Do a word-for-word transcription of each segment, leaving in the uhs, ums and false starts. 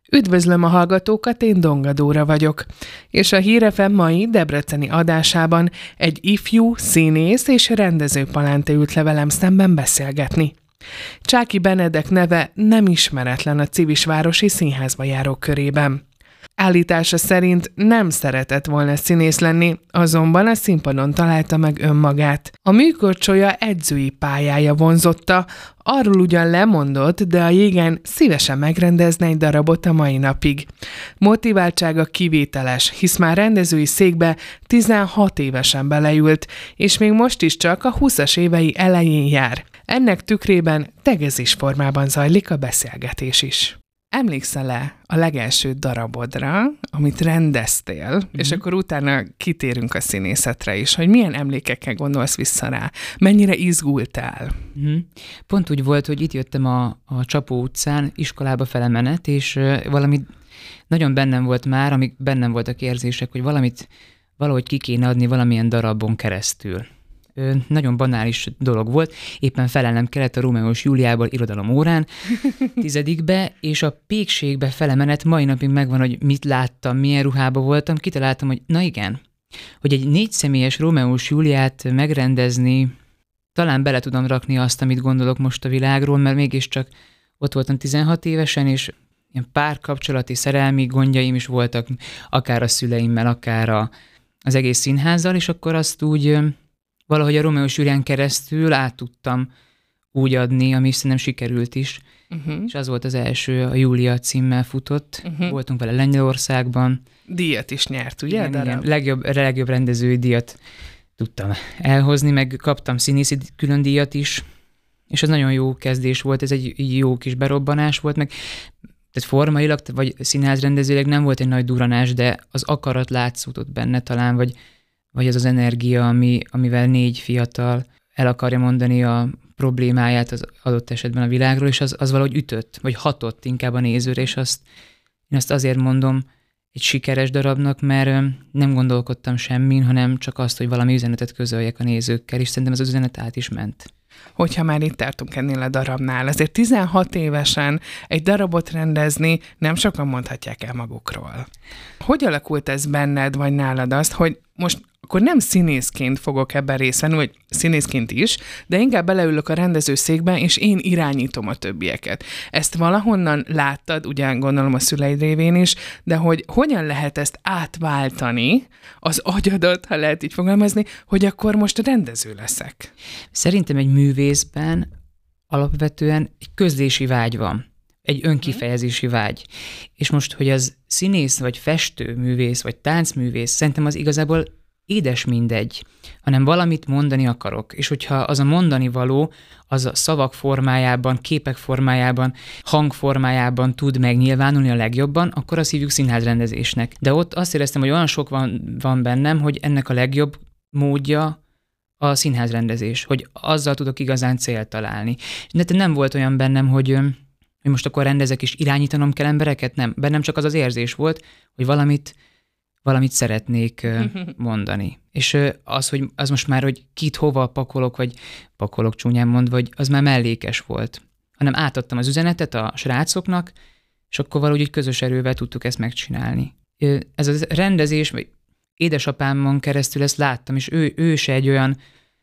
Üdvözlöm a hallgatókat, én Donga Dóra vagyok, és a Hír ef em mai debreceni adásában egy ifjú, színész és rendező palánta ült le velem szemben beszélgetni. Csáky Benedek neve nem ismeretlen a Civisvárosi Színházba járók körében. Állítása szerint nem szeretett volna színész lenni, azonban a színpadon találta meg önmagát. A műkorcsolya edzői pályája vonzotta, arról ugyan lemondott, de a jégen szívesen megrendezne egy darabot a mai napig. Motiváltsága kivételes, hisz már rendezői székbe tizenhat évesen beleült, és még most is csak a húszas évei elején jár. Ennek tükrében tegezés formában zajlik a beszélgetés is. Emlékszel-e a legelső darabodra, amit rendeztél, mm-hmm. és akkor utána kitérünk a színészetre is, hogy milyen emlékekkel gondolsz vissza rá? Mennyire izgultál? Mm-hmm. Pont úgy volt, hogy itt jöttem a, a Csapó utcán, iskolába felemenet, és uh, valami nagyon bennem volt már, amik bennem voltak érzések, hogy valamit valahogy ki kéne adni valamilyen darabon keresztül. Ö, nagyon banális dolog volt, éppen felelnem kellett a Rómeó és Júliából irodalom órán, tizedikbe, és a pékségbe felemenet mai napig megvan, hogy mit láttam, milyen ruhában voltam, kitaláltam, hogy na igen, hogy egy négy személyes Rómeó és Júliát megrendezni, talán bele tudom rakni azt, amit gondolok most a világról, mert mégiscsak ott voltam tizenhat évesen, és ilyen párkapcsolati, szerelmi gondjaim is voltak, akár a szüleimmel, akár a, az egész színházzal, és akkor azt úgy valahogy a Rómeó és Júlián keresztül át tudtam úgy adni, ami szerintem sikerült is. Uh-huh. És az volt az első, a Júlia címmel futott. Uh-huh. Voltunk vele Lengyelországban. Díjat is nyert, ugye? Igen, igen. Legjobb, legjobb rendezői díjat tudtam elhozni, meg kaptam színészi külön díjat is, és ez nagyon jó kezdés volt, ez egy jó kis berobbanás volt, meg tehát formailag, vagy színházrendezőleg nem volt egy nagy duranás, de az akarat látszott benne talán, vagy vagy az az energia, ami, amivel négy fiatal el akarja mondani a problémáját az adott esetben a világról, és az, az valahogy ütött, vagy hatott inkább a nézőre, és azt, én azt azért mondom egy sikeres darabnak, mert nem gondolkodtam semmin, hanem csak azt, hogy valami üzenetet közöljek a nézőkkel, és szerintem ez az üzenet át is ment. Hogyha már itt tartunk ennél a darabnál, azért tizenhat évesen egy darabot rendezni nem sokan mondhatják el magukról. Hogy alakult ez benned, vagy nálad azt, hogy most akkor nem színészként fogok ebben részt venni, vagy színészként is, de inkább beleülök a rendezőszékbe, és én irányítom a többieket. Ezt valahonnan láttad, ugye gondolom a szüleid révén is, de hogy hogyan lehet ezt átváltani, az agyadat, ha lehet így fogalmazni, hogy akkor most rendező leszek? Szerintem egy művészben alapvetően egy közlési vágy van. Egy önkifejezési vágy. És most, hogy az színész, vagy festőművész, vagy táncművész, szerintem az igazából édes mindegy, hanem valamit mondani akarok. És hogyha az a mondani való, az a szavak formájában, képek formájában, hang formájában tud megnyilvánulni a legjobban, akkor azt hívjuk színházrendezésnek. De ott azt éreztem, hogy olyan sok van, van bennem, hogy ennek a legjobb módja a színházrendezés, hogy azzal tudok igazán célt találni. De nem volt olyan bennem, hogy hogy most akkor rendezek és irányítanom kell embereket? Nem. Bennem csak az az érzés volt, hogy valamit, valamit szeretnék mondani. És az, hogy az most már, hogy kit hova pakolok, vagy pakolok csúnyán mondva, vagy az már mellékes volt. Hanem átadtam az üzenetet a srácoknak, és akkor valahogy közös erővel tudtuk ezt megcsinálni. Ez a rendezés, vagy édesapámon keresztül ezt láttam, és ő, ő se egy olyan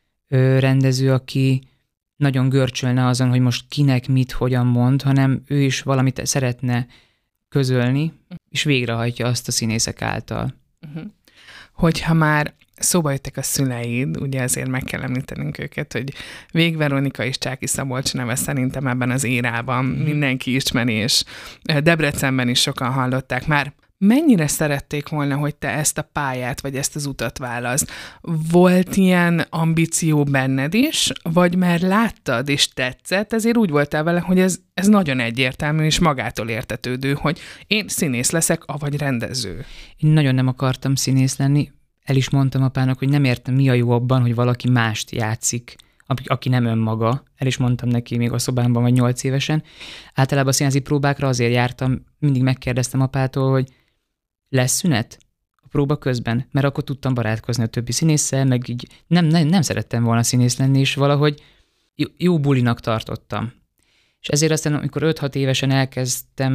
rendező, aki nagyon görcsölne azon, hogy most kinek mit, hogyan mond, hanem ő is valamit szeretne közölni, és végrehajtja azt a színészek által. Uh-huh. Hogyha már szóba jöttek a szüleid, ugye azért meg kell említenünk őket, hogy Vég Veronika és Csáky Szabolcs neve szerintem ebben az érában uh-huh. mindenki ismeri, és Debrecenben is sokan hallották már. Mennyire szerették volna, hogy te ezt a pályát, vagy ezt az utat válaszd? Volt ilyen ambíció benned is, vagy már láttad és tetszett, ezért úgy voltál vele, hogy ez, ez nagyon egyértelmű és magától értetődő, hogy én színész leszek, avagy rendező. Én nagyon nem akartam színész lenni. El is mondtam apának, hogy nem értem, mi a jó abban, hogy valaki mást játszik, aki nem önmaga. El is mondtam neki még a szobámban, vagy nyolc évesen. Általában a színházi próbákra azért jártam, mindig megkérdeztem apától, hogy lesz szünet a próba közben, mert akkor tudtam barátkozni a többi színésszel, meg így nem, nem, nem szerettem volna színész lenni, és valahogy jó, jó bulinak tartottam. És ezért aztán, amikor öt-hat évesen elkezdtem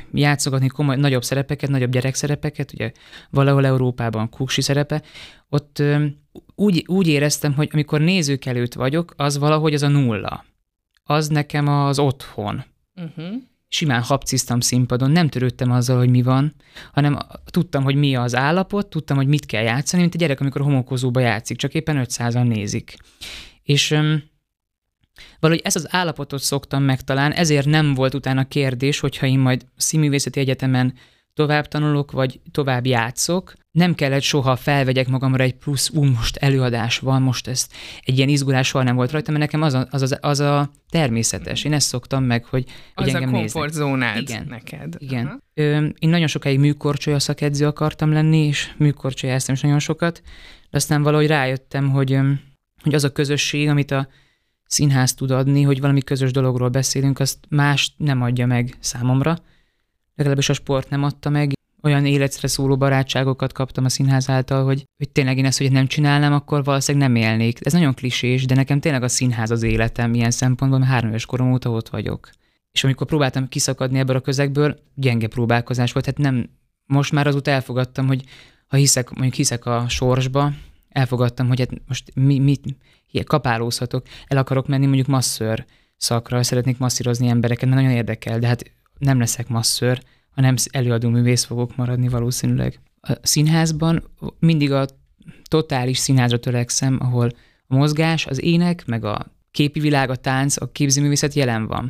játszogatni komoly, nagyobb szerepeket, nagyobb gyerekszerepeket, ugye valahol Európában Kuksi szerepe, ott ö, úgy, úgy éreztem, hogy amikor nézők előtt vagyok, az valahogy az a nulla. Az nekem az otthon. Uh-huh. Simán habciztam színpadon, nem törődtem azzal, hogy mi van, hanem tudtam, hogy mi az állapot, tudtam, hogy mit kell játszani, mint a gyerek, amikor homokozóba játszik, csak éppen ötszázan nézik. És öm, valahogy ezt az állapotot szoktam meg talán, ezért nem volt utána kérdés, hogyha én majd Színművészeti Egyetemen tovább tanulok, vagy tovább játszok, nem kellett soha felvegyek magamra egy plusz, ú, most előadás van, most ezt egy ilyen izgulás soha nem volt rajta, mert nekem az a, az, az, az a természetes. Én ezt szoktam meg, hogy, hogy az engem a komfortzónád igen, neked. Igen. Uh-huh. Ö, én nagyon sokáig műkorcsolya szakedző akartam lenni, és műkorcsolyáztam is nagyon sokat, de aztán valahogy rájöttem, hogy, hogy az a közösség, amit a színház tud adni, hogy valami közös dologról beszélünk, azt más nem adja meg számomra. Legalábbis a sport nem adta meg. Olyan életre szóló barátságokat kaptam a színház által, hogy, hogy tényleg én ezt, hogy nem csinálnám, akkor valószínűleg nem élnék. Ez nagyon klisés, de nekem tényleg a színház az életem ilyen szempontból, mert három éves korom óta ott vagyok. És amikor próbáltam kiszakadni ebből a közegből, gyenge próbálkozás volt. Hát nem, most már azóta elfogadtam, hogy ha hiszek, mondjuk hiszek a sorsba, elfogadtam, hogy hát most mi, mit, kapálózhatok, el akarok menni mondjuk masszőr szakra, szeretnék masszírozni embereket, mert nagyon érdekel, de hát nem leszek masszőr, hanem előadó művész fogok maradni valószínűleg. A színházban mindig a totális színházra törekszem, ahol a mozgás, az ének, meg a képi világ, a tánc, a képzőművészet jelen van.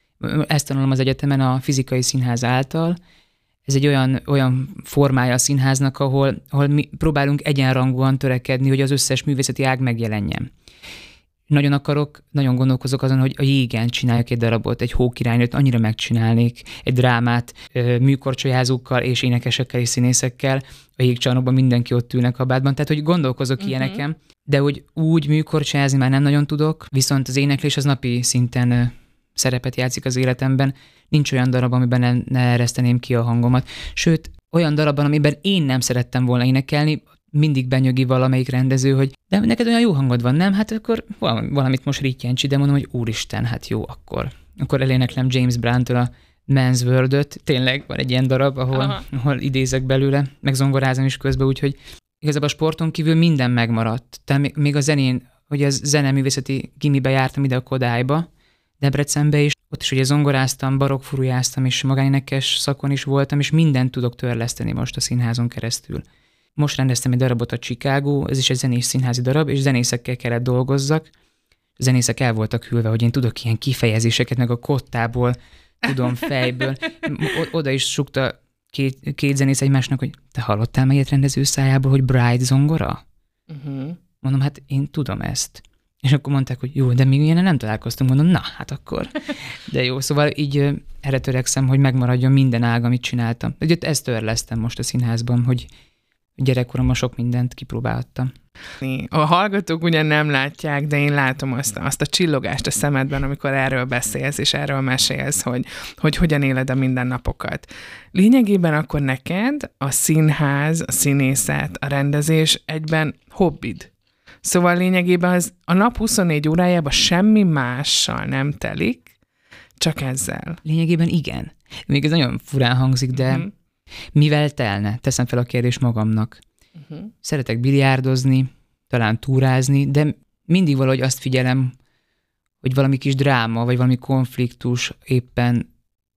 Ezt tanulom az egyetemen a fizikai színház által. Ez egy olyan, olyan formája a színháznak, ahol, ahol mi próbálunk egyenrangúan törekedni, hogy az összes művészeti ág megjelenjen. Nagyon akarok, nagyon gondolkozok azon, hogy a jégen csináljak egy darabot, egy Hókirálynőt, annyira megcsinálnék, egy drámát műkorcsolyázókkal és énekesekkel és színészekkel, a jégcsarnokban mindenki ott ül kabátban, tehát hogy gondolkozok uh-huh. ilyeneken, de hogy úgy műkorcsolyázni már nem nagyon tudok, viszont az éneklés az napi szinten szerepet játszik az életemben, nincs olyan darab, amiben ne, ne ereszteném ki a hangomat, sőt, olyan darabban, amiben én nem szerettem volna énekelni, mindig benyögi valamelyik rendező, hogy de neked olyan jó hangod van, nem? Hát akkor valamit most rittyentsi, de mondom, hogy úristen, hát jó, akkor. Akkor eléneklem James Brown-től a Man's World-öt. Tényleg van egy ilyen darab, ahol, ahol idézek belőle, meg zongorázom is közben, úgyhogy igazából a sporton kívül minden megmaradt. Tehát még a zenén, hogy az zeneművészeti gimibe jártam ide a Kodályba, Debrecenbe is, ott is ugye zongoráztam, barokkfurujáztam, és magánénekes szakon is voltam, és mindent tudok törleszteni most a színházon keresztül. Most rendeztem egy darabot a Chicago, ez is egy zenés színházi darab, és zenészekkel kellett dolgozzak. A zenészek el voltak hűlve, hogy én tudok ilyen kifejezéseket, meg a kottából tudom fejből. O- oda is sukta két, két zenész egymásnak, hogy te hallottál meg egy rendező szájából, hogy Bright zongora? Uh-huh. Mondom, hát én tudom ezt. És akkor mondták, hogy jó, de mi ilyen nem találkoztunk. Mondom, na, hát akkor. De jó, szóval így erre törekszem, hogy megmaradjon minden ág, amit csináltam. Ugye ezt törlesztem most a színházban, hogy gyerekkoromban sok mindent kipróbáltam. A hallgatók ugyan nem látják, de én látom azt, azt a csillogást a szemedben, amikor erről beszélsz, és erről mesélsz, hogy, hogy hogyan éled a mindennapokat. Lényegében akkor neked a színház, a színészet, a rendezés egyben hobbid. Szóval lényegében az a nap huszonnégy órájában semmi mással nem telik, csak ezzel. Lényegében igen. Még ez nagyon furán hangzik, de uh-huh. mivel telne? Teszem fel a kérdést magamnak. Uh-huh. Szeretek biliárdozni, talán túrázni, de mindig valahogy azt figyelem, hogy valami kis dráma, vagy valami konfliktus éppen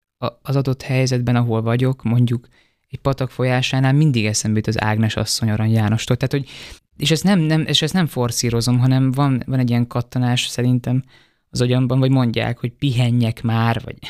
az adott helyzetben, ahol vagyok, mondjuk egy patak folyásánál mindig eszembe jut az Ágnes asszony Arany Jánostól. Tehát, hogy, és ezt nem, nem, és ezt nem forszírozom, hanem van, van egy ilyen kattanás szerintem az agyamban, vagy mondják, hogy pihenjek már, vagy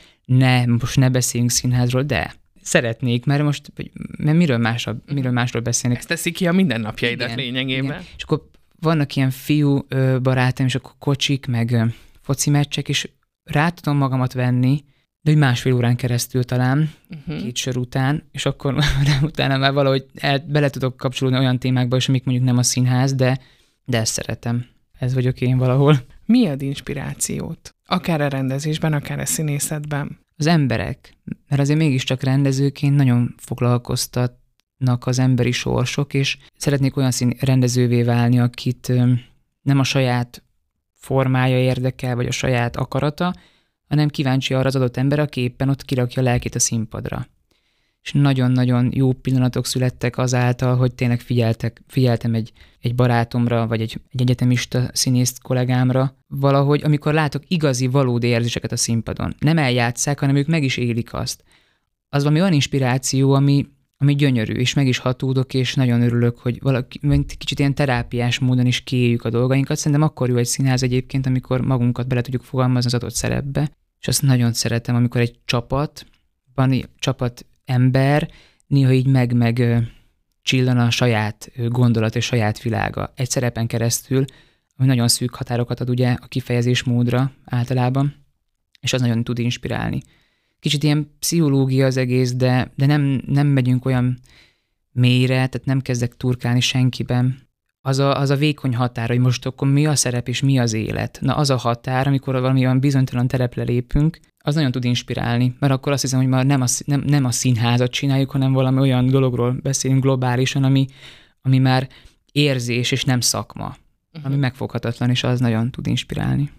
ne, most ne beszéljünk színházról, de szeretnék, mert most mert miről, másról, miről másról beszélnek. Ezt teszi ki a mindennapjaidat igen, lényegében. Igen. És akkor vannak ilyen fiú ö, barátaim, és akkor kocsik, meg ö, foci meccsek, és rá tudom magamat venni, de hogy másfél órán keresztül talán, uh-huh. két sör után, és akkor utána már valahogy el, bele tudok kapcsolódni olyan témákba is, amik mondjuk nem a színház, de, de ezt szeretem. Ez vagyok én valahol. Mi ad inspirációt? Akár a rendezésben, akár a színészetben? Az emberek, mert azért mégiscsak rendezőként nagyon foglalkoztatnak az emberi sorsok, és szeretnék olyan szín rendezővé válni, akit nem a saját formája érdekel, vagy a saját akarata, hanem kíváncsi arra az adott ember, aki éppen ott kirakja a lelkét a színpadra. És nagyon-nagyon jó pillanatok születtek azáltal, hogy tényleg figyeltek, figyeltem egy, egy barátomra, vagy egy, egy egyetemista színész kollégámra, valahogy, amikor látok igazi, valódi érzéseket a színpadon. Nem eljátsszák, hanem ők meg is élik azt. Az valami olyan inspiráció, ami, ami gyönyörű, és meg is hatódok, és nagyon örülök, hogy valaki, kicsit ilyen terápiás módon is kiéljük a dolgainkat. Szerintem akkor jó egy színház egyébként, amikor magunkat bele tudjuk fogalmazni az adott szerepbe, és azt nagyon szeretem, amikor egy csapat, van csapat ember, néha így meg-meg csillan a saját gondolat és saját világa egy szerepen keresztül, ami nagyon szűk határokat ad ugye a kifejezés módra általában, és az nagyon tud inspirálni. Kicsit ilyen pszichológia az egész, de, de nem, nem megyünk olyan mélyre, tehát nem kezdek turkálni senkiben. Az a, az a vékony határ, hogy most akkor mi a szerep és mi az élet. Na az a határ, amikor valami olyan bizonytalan terepre lépünk, az nagyon tud inspirálni, mert akkor azt hiszem, hogy már nem a, nem, nem a színházat csináljuk, hanem valami olyan dologról beszélünk globálisan, ami, ami már érzés és nem szakma, uh-huh. ami megfoghatatlan, és az nagyon tud inspirálni.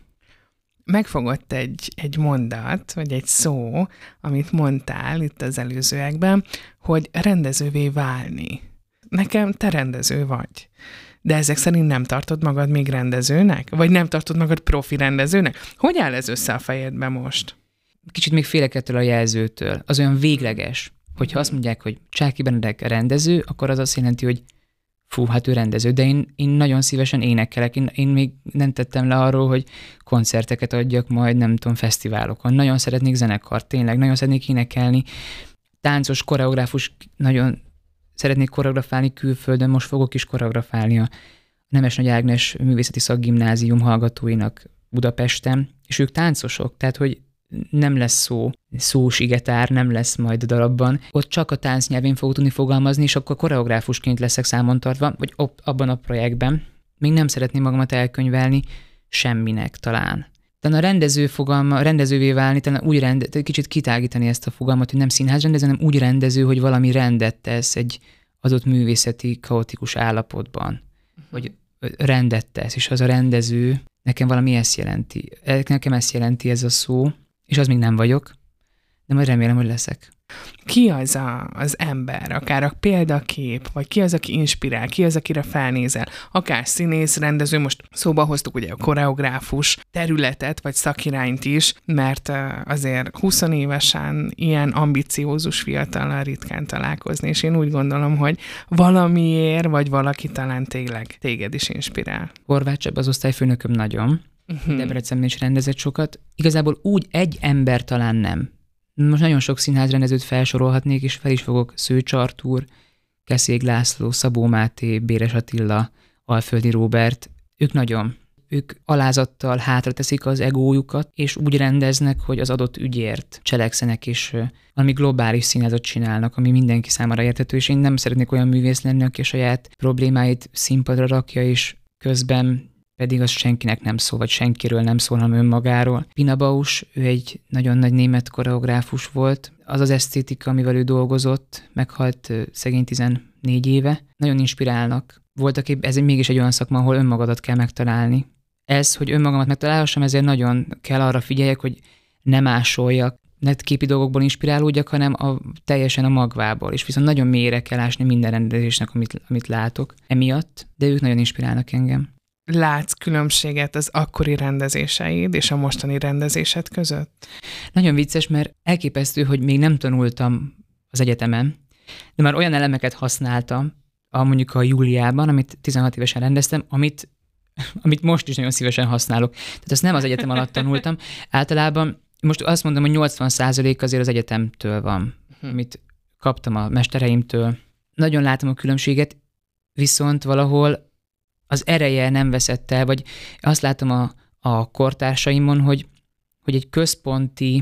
Megfogott egy, egy mondat, vagy egy szó, amit mondtál itt az előzőekben, hogy rendezővé válni. Nekem te rendező vagy. De ezek szerint nem tartod magad még rendezőnek? Vagy nem tartod magad profi rendezőnek? Hogy áll ez össze a fejedbe most? Kicsit még félek ettől a jelzőtől. Az olyan végleges, hogyha azt mondják, hogy Csáky Benedek rendező, akkor az azt jelenti, hogy fú, hát ő rendező, de én, én nagyon szívesen énekelek. Én, én még nem tettem le arról, hogy koncerteket adjak majd, nem tudom, fesztiválokon. Nagyon szeretnék zenekart, tényleg, nagyon szeretnék énekelni. Táncos, koreográfus, nagyon szeretnék koreografálni külföldön, most fogok is koreografálni a Nemes Nagy Ágnes Művészeti Szakgimnázium hallgatóinak Budapesten, és ők táncosok, tehát hogy nem lesz szó, szós igetár, nem lesz majd a darabban. Ott csak a táncnyelvén fogok tudni fogalmazni, és akkor koreográfusként leszek számon tartva, vagy op, abban a projektben. Még nem szeretném magamat elkönyvelni semminek talán. Talán a rendező fogalma, rendezővé válni, talán úgy rend, kicsit kitágítani ezt a fogalmat, hogy nem színházrendező, hanem úgy rendező, hogy valami rendet tesz egy adott művészeti kaotikus állapotban. Uh-huh. Vagy rendet tesz, és az a rendező nekem valami ezt jelenti. Nekem ezt jelenti ez a szó, és az még nem vagyok, de majd remélem, hogy leszek. Ki az a, az ember, akár a példakép, vagy ki az, aki inspirál, ki az, akire felnézel, akár színész, rendező, most szóba hoztuk ugye a koreográfus területet, vagy szakirányt is, mert azért húsz évesen ilyen ambiciózus fiatallal ritkán találkozni, és én úgy gondolom, hogy valamiért, vagy valaki talán tényleg téged is inspirál. Horváth Csaba az osztályfőnököm nagyon, uh-huh. Debrecenben is rendezett sokat. Igazából úgy egy ember talán nem. Most nagyon sok színházrendezőt felsorolhatnék, és fel is fogok: Szőcs Artúr, Keszég László, Szabó Máté, Béres Attila, Alföldi Róbert. Ők nagyon. Ők alázattal hátra teszik az egójukat, és úgy rendeznek, hogy az adott ügyért cselekszenek, és valami globális színházat csinálnak, ami mindenki számára érthető, és én nem szeretnék olyan művész lenni, aki a saját problémáit színpadra rakja, és közben pedig az senkinek nem szól, vagy senkiről nem szól, hanem önmagáról. Pina Bausch, ő egy nagyon nagy német koreográfus volt. Az az esztétika, amivel ő dolgozott, meghalt szegény tizennégy éve. Nagyon inspirálnak. Voltak épp, ez mégis egy olyan szakma, ahol önmagadat kell megtalálni. Ez, hogy önmagamat megtalálhassam, ezért nagyon kell arra figyeljek, hogy ne másoljak, ne képi dolgokból inspirálódjak, hanem a, teljesen a magvából. És viszont nagyon mélyre kell ásni minden rendezésnek, amit, amit látok emiatt, de ők nagyon inspirálnak engem. Látsz különbséget az akkori rendezéseid és a mostani rendezésed között? Nagyon vicces, mert elképesztő, hogy még nem tanultam az egyetemen, de már olyan elemeket használtam, a, mondjuk a Júliában, amit tizenhat évesen rendeztem, amit, amit most is nagyon szívesen használok. Tehát ezt nem az egyetem alatt tanultam. Általában most azt mondom, hogy nyolcvan százalék azért az egyetemtől van, amit kaptam a mestereimtől. Nagyon látom a különbséget, viszont valahol az ereje nem veszett el, vagy azt látom a, a kortársaimon, hogy, hogy egy központi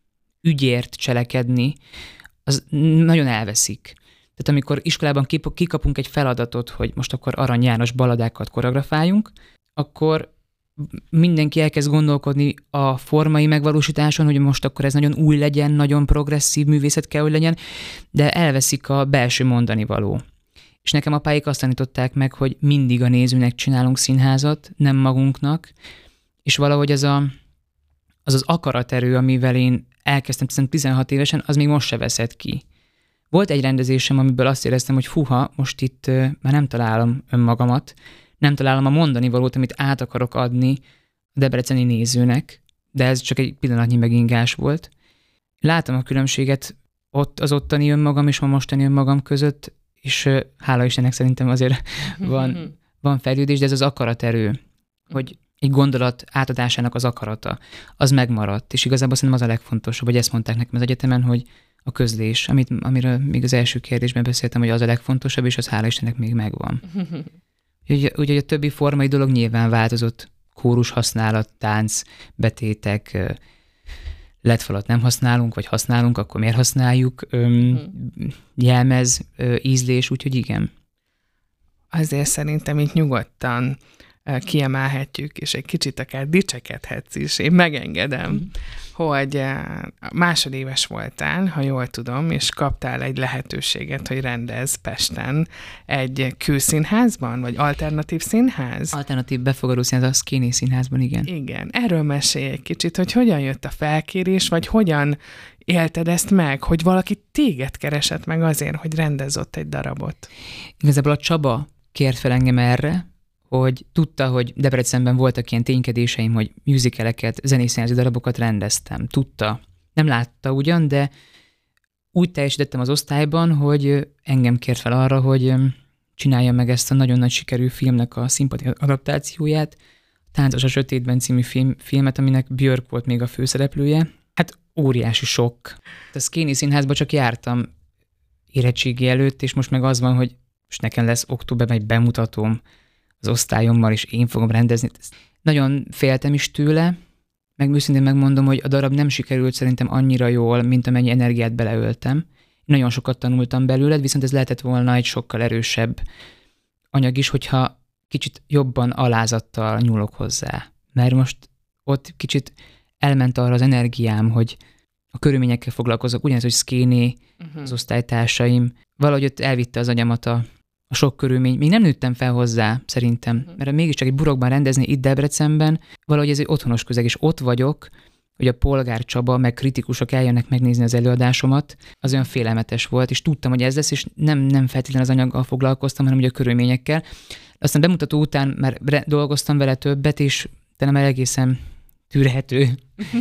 ügyért cselekedni, az nagyon elveszik. Tehát amikor iskolában kikapunk egy feladatot, hogy most akkor Arany János balladákat koreografáljunk, akkor mindenki elkezd gondolkodni a formai megvalósításon, hogy most akkor ez nagyon új legyen, nagyon progresszív művészet kell, hogy legyen, de elveszik a belső mondani való. És nekem apáik azt tanították meg, hogy mindig a nézőnek csinálunk színházat, nem magunknak, és valahogy ez a, az az akaraterő, amivel én elkezdtem tizenhat évesen, az még most se veszett ki. Volt egy rendezésem, amiből azt éreztem, hogy fuha, most itt uh, már nem találom önmagamat, nem találom a mondani valót, amit át akarok adni a debreceni nézőnek, de ez csak egy pillanatnyi megingás volt. Látom a különbséget ott az ottani önmagam és a mostani önmagam között, és uh, hála Istennek szerintem azért van, van fejlődés, de ez az akaraterő, hogy egy gondolat átadásának az akarata, az megmaradt, és igazából szerintem az a legfontosabb, hogy ezt mondták nekem az egyetemen, hogy a közlés, amit, amiről még az első kérdésben beszéltem, hogy az a legfontosabb, és az hála Istennek még megvan. Úgyhogy úgy, a többi formai dolog nyilván változott, kórus használat, tánc, betétek, ledfalat nem használunk, vagy használunk, akkor miért használjuk, öm, jelmez, ízlés, úgyhogy igen. Azért szerintem itt nyugodtan kiemelhetjük, és egy kicsit akár dicsekedhetsz is, én megengedem, mm. hogy másodéves voltál, ha jól tudom, és kaptál egy lehetőséget, hogy rendezz Pesten egy külszínházban, vagy alternatív színház? Alternatív befogadó színház, a Szkéné színházban, igen. Igen. Erről mesélj egy kicsit, hogy hogyan jött a felkérés, vagy hogyan élted ezt meg, hogy valaki téged keresett meg azért, hogy rendezott egy darabot? Igazából a Csaba kért fel engem erre, hogy tudta, hogy Debrecenben voltak ilyen ténykedéseim, hogy musicaleket, zenészínházi darabokat rendeztem. Tudta. Nem látta ugyan, de úgy teljesítettem az osztályban, hogy engem kért fel arra, hogy csináljam meg ezt a nagyon nagy sikerű filmnek a színpadi adaptációját, Táncos a sötétben című film, filmet, aminek Björk volt még a főszereplője. Hát óriási sok. A Szkéni színházba csak jártam érettségi előtt, és most meg az van, hogy most nekem lesz októberben egy bemutatóm az osztályommal, és én fogom rendezni. Nagyon féltem is tőle, meg őszintén megmondom, hogy a darab nem sikerült szerintem annyira jól, mint amennyi energiát beleöltem. Nagyon sokat tanultam belőled, viszont ez lehetett volna egy sokkal erősebb anyag is, hogyha kicsit jobban alázattal nyúlok hozzá. Mert most ott kicsit elment arra az energiám, hogy a körülményekkel foglalkozok, ugyanez, hogy Szkéné, uh-huh. az osztálytársaim, valahogy ott elvitte az agyamat a a sok körülmény. Még nem nőttem fel hozzá, szerintem, mert mégiscsak egy burokban rendezni itt Debrecenben, valahogy ez egy otthonos közeg, és ott vagyok, hogy a Polgár Csaba, meg kritikusok eljönnek megnézni az előadásomat, az olyan félelmetes volt, és tudtam, hogy ez lesz, és nem, nem feltétlenül az anyaggal foglalkoztam, hanem ugye a körülményekkel. Aztán bemutató után már dolgoztam vele többet, és talán már egészen tűrhető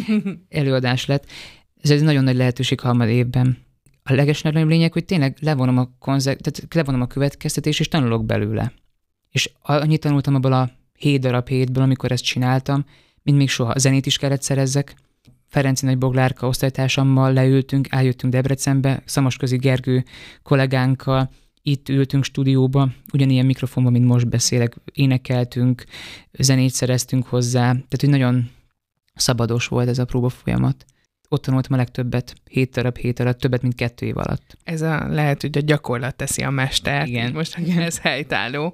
előadás lett. Ez egy nagyon nagy lehetőség harmad évben. A legeslegnagyobb lényeg, hogy tényleg levonom a, konzek- tehát levonom a következtetést, és tanulok belőle. És annyit tanultam abból a hét darab hétből, amikor ezt csináltam, mint még soha. A zenét is kellett szerezzek. Ferenci Nagy Boglárka osztálytársammal leültünk, eljöttünk Debrecenbe, Szamosközi Gergő kollégánkkal, itt ültünk stúdióba, ugyanilyen mikrofonban, mint most beszélek, énekeltünk, zenét szereztünk hozzá, tehát hogy nagyon szabados volt ez a próba folyamat. Ott tanultam a legtöbbet, hét darab hét alatt, többet, mint kettő év alatt. Ez a, lehet, hogy a gyakorlat teszi a mestert. Igen. Most ez helytálló.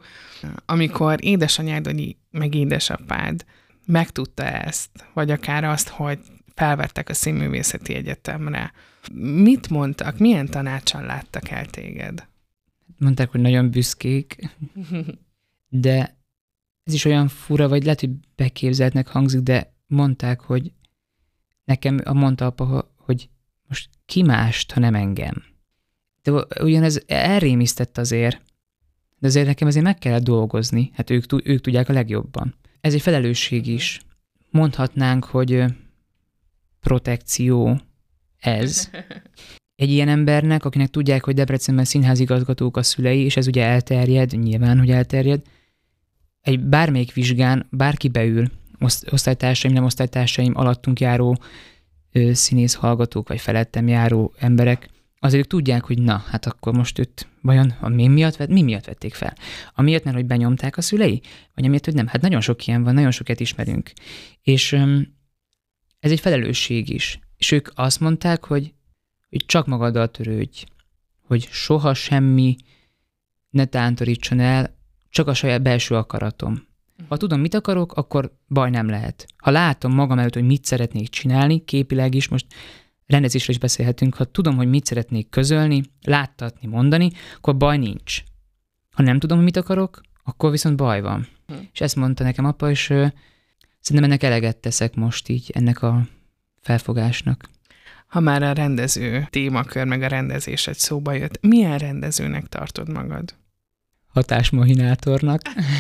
Amikor édesanyád, vagy meg édesapád megtudta ezt, vagy akár azt, hogy felvettek a Színművészeti Egyetemre, mit mondtak, milyen tanáccsal láttak el téged? Mondták, hogy nagyon büszkék, de ez is olyan fura, vagy lehet, hogy beképzeltnek hangzik, de mondták, hogy nekem mondta apa, hogy most ki mást, ha nem engem. De ugyanez elrémisztett azért, de azért nekem azért meg kellett dolgozni, hát ők, ők tudják a legjobban. Ez egy felelősség is. Mondhatnánk, hogy protekció ez. Egy ilyen embernek, akinek tudják, hogy Debrecenben színházigazgatók a szülei, és ez ugye elterjed, nyilván, hogy elterjed, egy bármelyik vizsgán bárki beül, osztálytársaim, nem osztálytársaim, alattunk járó ö, színész hallgatók, vagy felettem járó emberek, azért ők tudják, hogy na, hát akkor most őt vajon a mi miatt, vett, mi miatt vették fel? Amiatt, mert hogy benyomták a szülei? Vagy amiatt, hogy nem? Hát nagyon sok ilyen van, nagyon sokat ismerünk. És öm, ez egy felelősség is. És ők azt mondták, hogy, hogy csak magaddal törődj, hogy soha semmi ne tántorítson el, csak a saját belső akaratom. Ha tudom, mit akarok, akkor baj nem lehet. Ha látom magam előtt, hogy mit szeretnék csinálni, képileg is, most rendezésre is beszélhetünk, ha tudom, hogy mit szeretnék közölni, láttatni, mondani, akkor baj nincs. Ha nem tudom, hogy mit akarok, akkor viszont baj van. Hm. És ezt mondta nekem apa, és uh, szerintem ennek eleget teszek most így, ennek a felfogásnak. Ha már a rendező témakör, meg a rendezés egy szóba jött, milyen rendezőnek tartod magad? Hatásmohinátornak.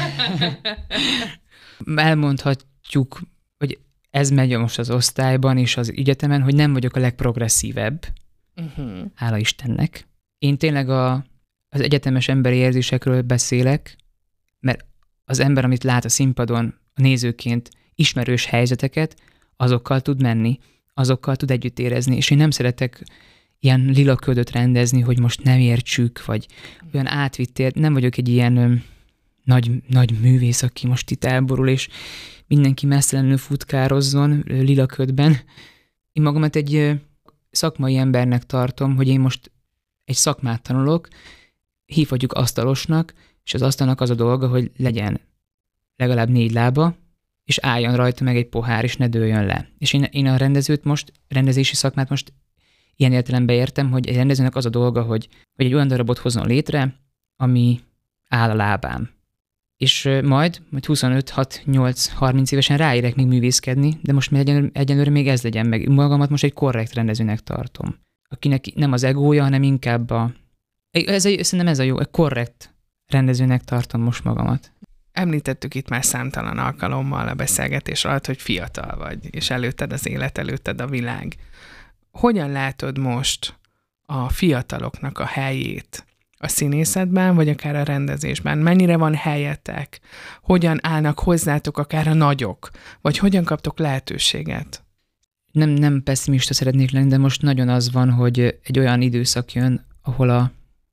Elmondhatjuk, hogy ez megy most az osztályban és az egyetemen, hogy nem vagyok a legprogresszívebb. Uh-huh. Hála Istennek. Én tényleg a, az egyetemes emberi érzésekről beszélek, mert az ember, amit lát a színpadon, a nézőként ismerős helyzeteket, azokkal tud menni, azokkal tud együtt érezni, és én nem szeretek ilyen lila ködöt rendezni, hogy most nem értsük, vagy olyan átvitt ér, nem vagyok egy ilyen ö, nagy, nagy művész, aki most itt elborul, és mindenki messzelenül futkározzon ö, lila ködben. Én magamat egy ö, szakmai embernek tartom, hogy én most egy szakmát tanulok, hívhatjuk asztalosnak, és az asztalnak az a dolga, hogy legyen legalább négy lába, és álljon rajta meg egy pohár, és ne dőljön le. És én, én a rendezőt most, rendezési szakmát most ilyen értelemben értem, hogy egy rendezőnek az a dolga, hogy, hogy egy olyan darabot hozzon létre, ami áll a lábám. És majd, majd huszonöt, hat, nyolc, harminc évesen ráérek még művészkedni, de most egyen, egyenlőre még ez legyen meg. Magamat most egy korrekt rendezőnek tartom. Akinek nem az egója, hanem inkább a... Ez a, szerintem ez a jó, egy korrekt rendezőnek tartom most magamat. Említettük itt már számtalan alkalommal a beszélgetés alatt, hogy fiatal vagy, és előtted az élet, előtted a világ. Hogyan látod most a fiataloknak a helyét a színészetben, vagy akár a rendezésben? Mennyire van helyetek? Hogyan állnak hozzátok akár a nagyok? Vagy hogyan kaptok lehetőséget? Nem, nem pessimista szeretnék lenni, de most nagyon az van, hogy egy olyan időszak jön, ahol a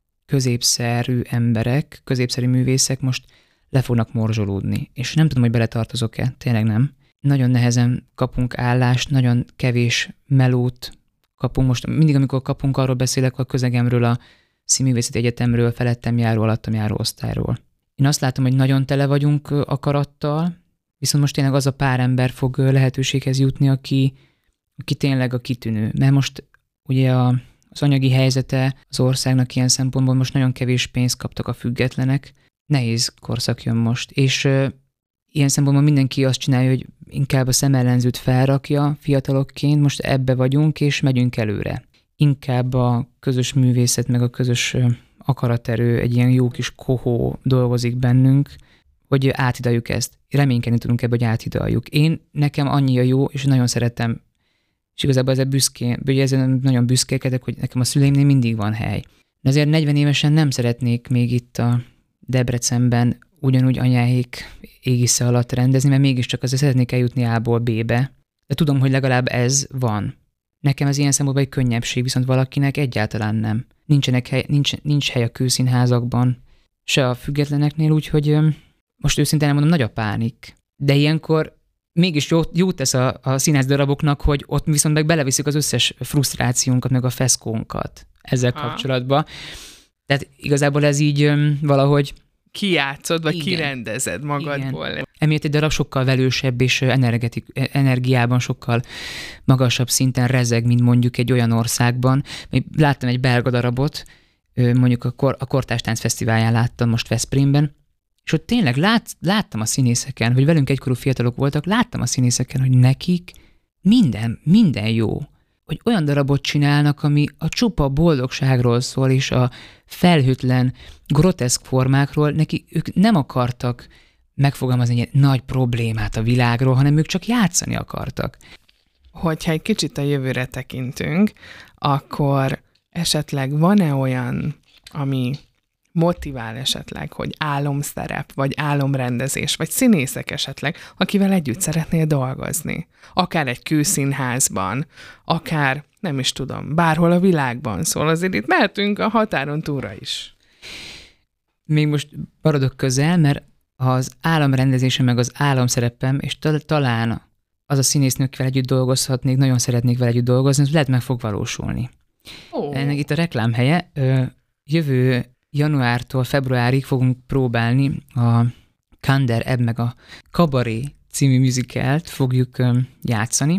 középszerű emberek, középszerű művészek most le fognak morzsolódni. És nem tudom, hogy beletartozok-e, tényleg nem. Nagyon nehezen kapunk állást, nagyon kevés melót kapunk. Most mindig, amikor kapunk, arról beszélek a közegemről, a Színművészeti Egyetemről, felettem járó, alattam járó osztályról. Én azt látom, hogy nagyon tele vagyunk akarattal, viszont most tényleg az a pár ember fog lehetőséghez jutni, aki, aki tényleg a kitűnő. Mert most ugye a, az anyagi helyzete az országnak ilyen szempontból most nagyon kevés pénzt kaptak a függetlenek. Nehéz korszak jön most, és uh, ilyen szempontból mindenki azt csinálja, hogy inkább a szemellenzőt felrakja fiatalokként, most ebbe vagyunk, és megyünk előre. Inkább a közös művészet, meg a közös uh, akaraterő, egy ilyen jó kis kohó dolgozik bennünk, hogy átidaljuk ezt. Reménykedni tudunk ebbe, hogy átidaljuk. Én, nekem annyi a jó, és nagyon szeretem, és igazából ezzel büszkén, ezzel nagyon büszkélkedek, hogy nekem a szüleimnél mindig van hely. De azért negyven évesen nem szeretnék még itt a Debrecenben ugyanúgy anyáék égisze alatt rendezni, mert mégiscsak azért szeretnék eljutni A-ból B-be, de tudom, hogy legalább ez van. Nekem ez ilyen szempontból egy könnyebbség, viszont valakinek egyáltalán nem. Nincsenek hely, nincs, nincs hely a kőszínházakban, se a függetleneknél, úgyhogy most őszintén elmondom, nagy a pánik. De ilyenkor mégis jót, jót tesz a, a színház daraboknak, hogy ott viszont meg beleviszik az összes frusztrációnkat, meg a feszkónkat ezzel ha. kapcsolatban. Tehát igazából ez így valahogy... Kijátszod, vagy igen. kirendezed magadból. Igen. Emiatt egy darab sokkal velősebb és energetik, energiában sokkal magasabb szinten rezeg, mint mondjuk egy olyan országban. Láttam egy belga darabot, mondjuk a, Kor, a Kortárs Tánc Fesztiválján láttam most Veszprémben, és ott tényleg lát, láttam a színészeken, hogy velünk egykorú fiatalok voltak, láttam a színészeken, hogy nekik minden, minden jó. Hogy olyan darabot csinálnak, ami a csupa boldogságról szól, és a felhőtlen, groteszk formákról, neki ők nem akartak megfogalmazni egy nagy problémát a világról, hanem ők csak játszani akartak. Hogyha egy kicsit a jövőre tekintünk, akkor esetleg van-e olyan, ami motivál esetleg, hogy álomszerep, vagy álomrendezés, vagy színészek esetleg, akivel együtt szeretnél dolgozni? Akár egy kőszínházban, akár, nem is tudom, bárhol a világban szól. Azért itt mehetünk a határon túlra is. Még most maradok közel, mert az álomrendezése meg az álomszerepem, és tal- talán az a színésznő, akivel együtt dolgozhatnék, nagyon szeretnék vele együtt dolgozni, ez lehet meg fog valósulni. Oh. Ennek itt a reklámhelye. Jövő januártól februárig fogunk próbálni a Kander Ebb meg a Kabaré című musicalt fogjuk játszani.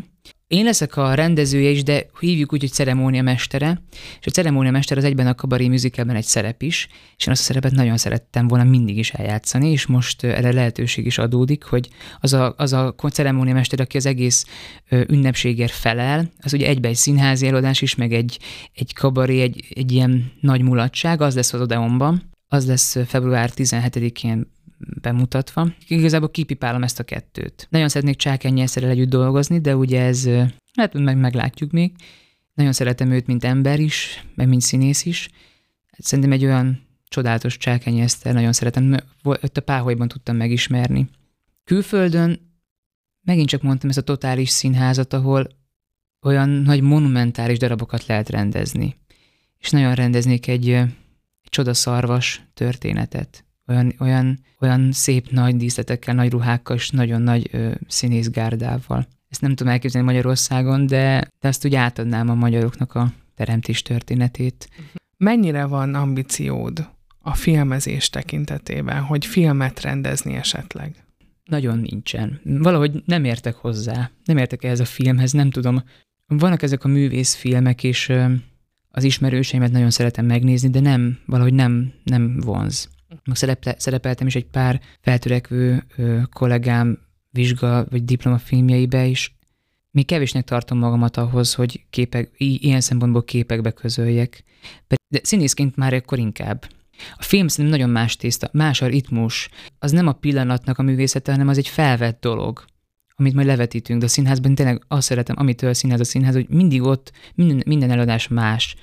Én leszek a rendezője is, de hívjuk úgy, hogy ceremóniamestere, és a ceremóniamester az egyben a Cabaret musicalben egy szerep is, és én azt a szerepet nagyon szerettem volna mindig is eljátszani, és most erre lehetőség is adódik, hogy az a, az a ceremóniamester, aki az egész ünnepségért felel, az ugye egybe egy színházi előadás is, meg egy, egy kabaré, egy, egy ilyen nagy mulatság, az lesz az Odeonban, az lesz február tizenhetedikén bemutatva. Igazából kipipálom ezt a kettőt. Nagyon szeretnék Csákány Nyelszerrel együtt dolgozni, de ugye ez, hát meg meglátjuk még. Nagyon szeretem őt, mint ember is, meg mint színész is. Szerintem egy olyan csodálatos Csákány Eszter, nagyon szeretem, ott a Páholyban tudtam megismerni. Külföldön megint csak mondtam ezt a totális színházat, ahol olyan nagy monumentális darabokat lehet rendezni. És nagyon rendeznék egy, egy csodaszarvas történetet. Olyan, olyan, olyan szép nagy díszletekkel, nagy ruhákkal és nagyon nagy ö, színészgárdával. Ezt nem tudom elképzelni Magyarországon, de, de azt úgy átadnám a magyaroknak a teremtés történetét. Mennyire van ambíciód a filmezés tekintetében, hogy filmet rendezni esetleg? Nagyon nincsen. Valahogy nem értek hozzá. Nem értek ehhez a filmhez, nem tudom. Vannak ezek a művészfilmek, és ö, az ismerőseimet nagyon szeretem megnézni, de nem, valahogy nem, nem vonz. Szereple, szerepeltem is egy pár feltörekvő ö, kollégám vizsga vagy diplomafilmjeibe is. Még kevésnek tartom magamat ahhoz, hogy képek, ilyen szempontból képekbe közöljek. De színészként már akkor inkább. A film szerintem nagyon más tészta, más a ritmus. Az nem a pillanatnak a művészete, hanem az egy felvett dolog, amit majd levetítünk. De a színházban tényleg azt szeretem, amitől a színház a színház, hogy mindig ott minden, minden előadás más.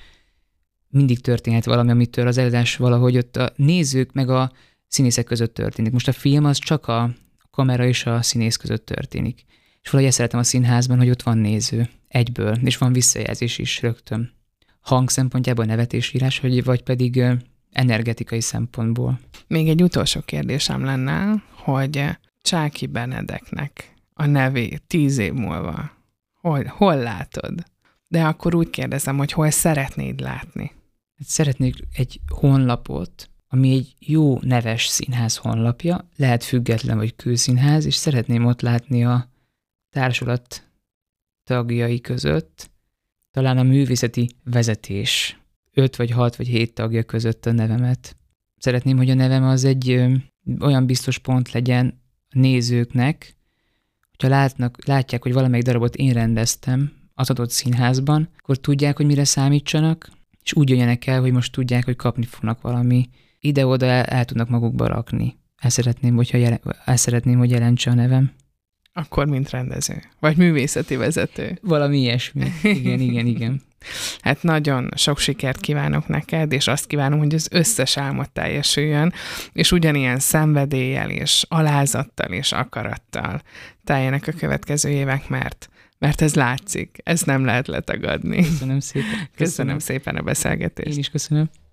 Mindig történhet valami, amitől az előadás valahogy ott a nézők meg a színészek között történik. Most a film az csak a kamera és a színész között történik. És valahogy ezt szeretem a színházban, hogy ott van néző egyből, és van visszajelzés is rögtön. Hang szempontjából nevetésírás, vagy, vagy pedig energetikai szempontból. Még egy utolsó kérdésem lenne, hogy Csáky Benedeknek a nevét tíz év múlva hol, hol látod? De akkor úgy kérdezem, hogy hol szeretnéd látni? Szeretnék egy honlapot, ami egy jó neves színház honlapja, lehet független vagy külszínház, és szeretném ott látni a társulat tagjai között, talán a művészeti vezetés öt vagy hat vagy hét tagja között a nevemet. Szeretném, hogy a nevem az egy ö, olyan biztos pont legyen a nézőknek, hogyha látnak, látják, hogy valamelyik darabot én rendeztem az adott színházban, akkor tudják, hogy mire számítsanak, és úgy jöjjenek el, hogy most tudják, hogy kapni fognak valami. Ide-oda el, el tudnak magukba rakni. El szeretném, hogyha jelen, el szeretném, hogy jelentse a nevem. Akkor mint rendező. Vagy művészeti vezető. Valami ilyesmi. Igen, igen, igen. Hát nagyon sok sikert kívánok neked, és azt kívánom, hogy az összes álmod teljesüljön, és ugyanilyen szenvedéllyel, és alázattal, és akarattal teljenek a következő évek, mert mert ez látszik, ez nem lehet letagadni. Köszönöm szépen. Köszönöm, köszönöm szépen a beszélgetést. Én is köszönöm.